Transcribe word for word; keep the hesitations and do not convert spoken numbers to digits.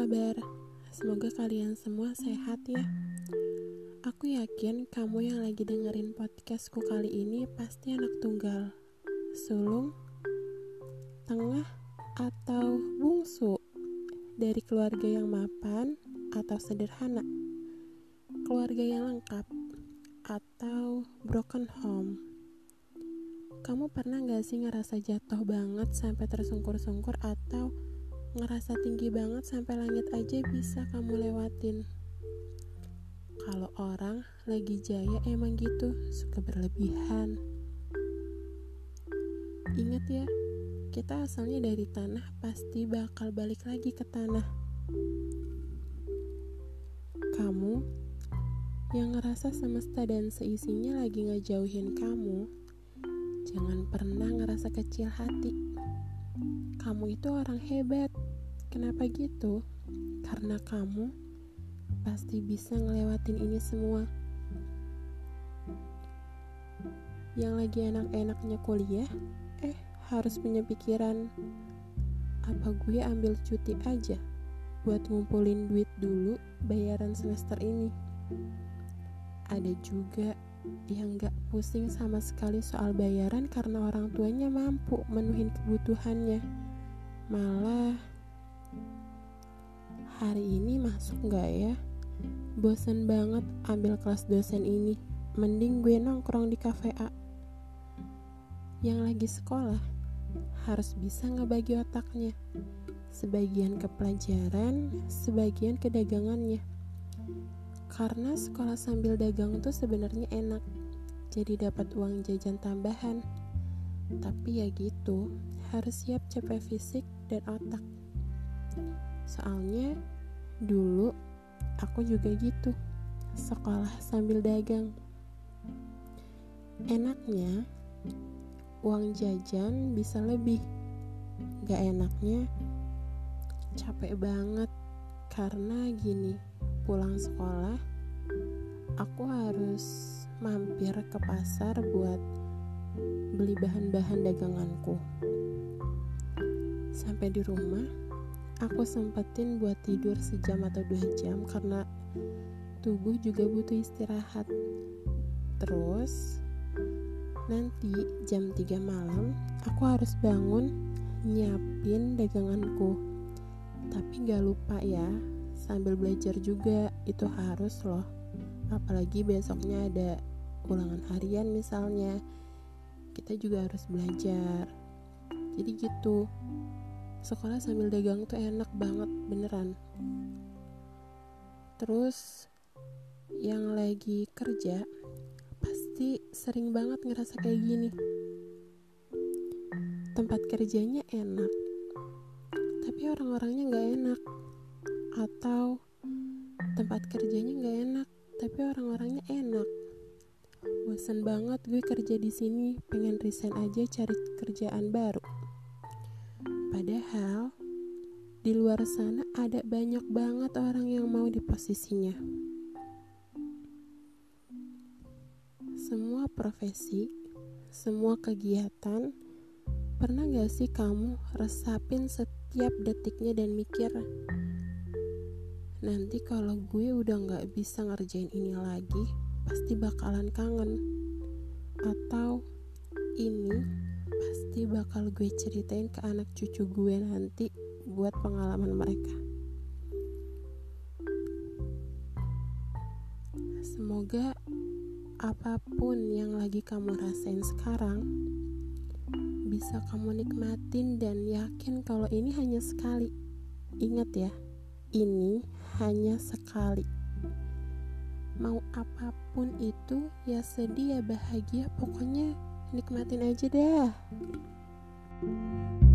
kabar? Semoga kalian semua sehat ya. Aku yakin kamu yang lagi dengerin podcastku kali ini pasti anak tunggal, sulung, tengah, atau bungsu, dari keluarga yang mapan atau sederhana, keluarga yang lengkap, atau broken home. Kamu pernah gak sih ngerasa jatuh banget sampai tersungkur-sungkur, atau ngerasa tinggi banget sampai langit aja bisa kamu lewatin? Kalau orang lagi jaya emang gitu, suka berlebihan. Ingat ya, kita asalnya dari tanah, pasti bakal balik lagi ke tanah. Kamu yang ngerasa semesta dan seisinya lagi ngejauhin kamu, jangan pernah ngerasa kecil hati. Kamu itu orang hebat. Kenapa gitu? Karena kamu pasti bisa ngelewatin ini semua. Yang lagi enak-enaknya kuliah, eh harus punya pikiran, apa gue ambil cuti aja buat ngumpulin duit dulu bayaran semester ini. Ada juga yang gak pusing sama sekali soal bayaran karena orang tuanya mampu menuhin kebutuhannya. Malah, hari ini masuk gak ya? Bosen banget ambil kelas dosen ini, mending gue nongkrong di kafe A. Yang lagi sekolah harus bisa ngebagi otaknya, sebagian ke pelajaran, sebagian ke dagangannya. Karena sekolah sambil dagang tuh sebenarnya enak, jadi dapat uang jajan tambahan. Tapi ya gitu, harus siap capek fisik dan otak. Soalnya dulu aku juga gitu, sekolah sambil dagang. Enaknya uang jajan bisa lebih, gak enaknya capek banget. Karena gini, pulang sekolah aku harus mampir ke pasar buat beli bahan-bahan daganganku. Sampai di rumah aku sempetin buat tidur sejam atau dua jam karena tubuh juga butuh istirahat. Terus nanti jam tiga malam aku harus bangun nyiapin daganganku. Tapi gak lupa ya, sambil belajar juga, itu harus loh. Apalagi besoknya ada ulangan harian misalnya, kita juga harus belajar. Jadi gitu, sekolah sambil dagang tuh enak banget, beneran. Terus yang lagi kerja pasti sering banget ngerasa kayak gini. Tempat kerjanya enak, tapi orang-orangnya gak enak. Atau tempat kerjanya gak enak, tapi orang-orangnya enak. Bosen banget gue kerja di sini, pengen resign aja cari kerjaan baru. Padahal di luar sana ada banyak banget orang yang mau di posisinya. Semua profesi, semua kegiatan, pernah gak sih kamu resapin setiap detiknya dan mikir, nanti kalau gue udah gak bisa ngerjain ini lagi, pasti bakalan kangen. Atau ini pasti bakal gue ceritain ke anak cucu gue nanti buat pengalaman mereka. Semoga apapun yang lagi kamu rasain sekarang bisa kamu nikmatin dan yakin kalau ini hanya sekali. Ingat ya, ini hanya sekali. Mau apapun itu, ya sedih ya bahagia, pokoknya nikmatin aja dah.